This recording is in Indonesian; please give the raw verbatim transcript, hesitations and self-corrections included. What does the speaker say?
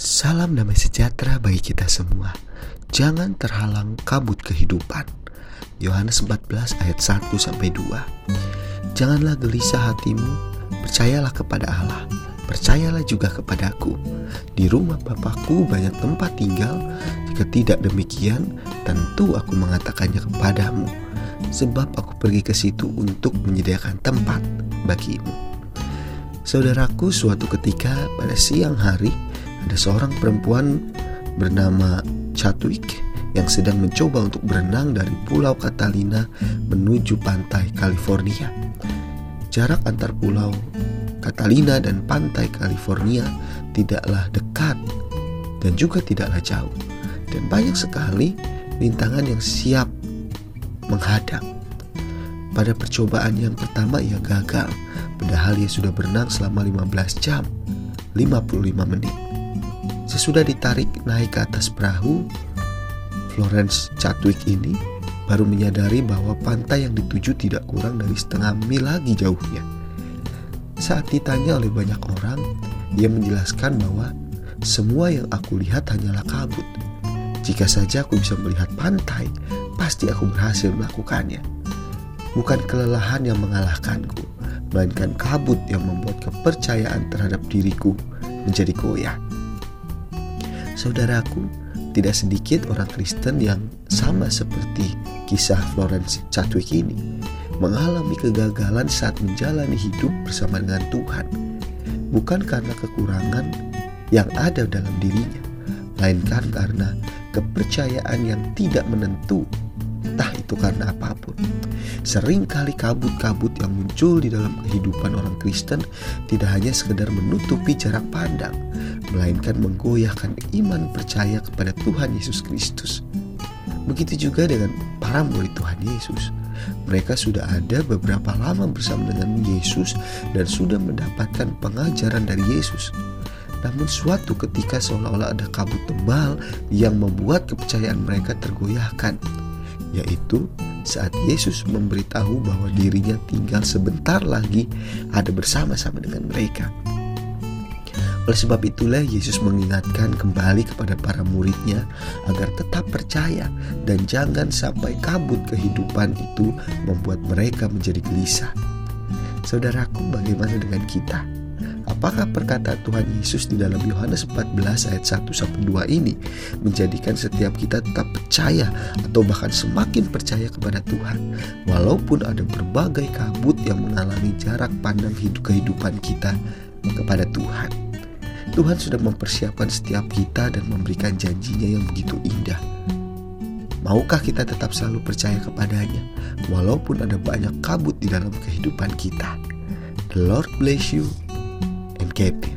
Salam damai sejahtera bagi kita semua. Jangan terhalang kabut kehidupan. Yohanes empat belas ayat satu sampai dua. Janganlah gelisah hatimu, percayalah kepada Allah, percayalah juga kepadaku. Di rumah Bapakku banyak tempat tinggal. Jika tidak demikian, tentu aku mengatakannya kepadamu, sebab aku pergi ke situ untuk menyediakan tempat bagimu. Saudaraku, suatu ketika pada siang hari ada seorang perempuan bernama Chadwick yang sedang mencoba untuk berenang dari Pulau Catalina menuju pantai California. Jarak antar Pulau Catalina dan pantai California tidaklah dekat dan juga tidaklah jauh, dan banyak sekali rintangan yang siap menghadang. Pada percobaan yang pertama ia gagal, padahal ia sudah berenang selama lima belas jam lima puluh lima menit. Sesudah ditarik naik ke atas perahu, Florence Chadwick ini baru menyadari bahwa pantai yang dituju tidak kurang dari setengah mil lagi jauhnya. Saat ditanya oleh banyak orang, dia menjelaskan bahwa semua yang aku lihat hanyalah kabut. Jika saja aku bisa melihat pantai, pasti aku berhasil melakukannya. Bukan kelelahan yang mengalahkanku, melainkan kabut yang membuat kepercayaan terhadap diriku menjadi goyah. Saudaraku, tidak sedikit orang Kristen yang sama seperti kisah Florence Chadwick ini mengalami kegagalan saat menjalani hidup bersama dengan Tuhan, bukan karena kekurangan yang ada dalam dirinya, melainkan karena kepercayaan yang tidak menentu, entah itu karena apapun. Seringkali kabut-kabut yang muncul di dalam kehidupan orang Kristen tidak hanya sekedar menutupi jarak pandang, melainkan menggoyahkan iman percaya kepada Tuhan Yesus Kristus. Begitu juga dengan para murid Tuhan Yesus. Mereka sudah ada beberapa lama bersama dengan Yesus dan sudah mendapatkan pengajaran dari Yesus. Namun suatu ketika seolah-olah ada kabut tebal yang membuat kepercayaan mereka tergoyahkan, yaitu saat Yesus memberitahu bahwa dirinya tinggal sebentar lagi ada bersama-sama dengan mereka. Oleh sebab itulah Yesus mengingatkan kembali kepada para muridnya agar tetap percaya dan jangan sampai kabut kehidupan itu membuat mereka menjadi gelisah. Saudaraku, bagaimana dengan kita? Apakah perkataan Tuhan Yesus di dalam Yohanes empat belas ayat satu sampai dua ini menjadikan setiap kita tetap percaya atau bahkan semakin percaya kepada Tuhan walaupun ada berbagai kabut yang menghalangi jarak pandang hidup kehidupan kita kepada Tuhan? Tuhan sudah mempersiapkan setiap kita dan memberikan janjinya yang begitu indah. Maukah kita tetap selalu percaya kepadanya walaupun ada banyak kabut di dalam kehidupan kita? The Lord bless you and keep you.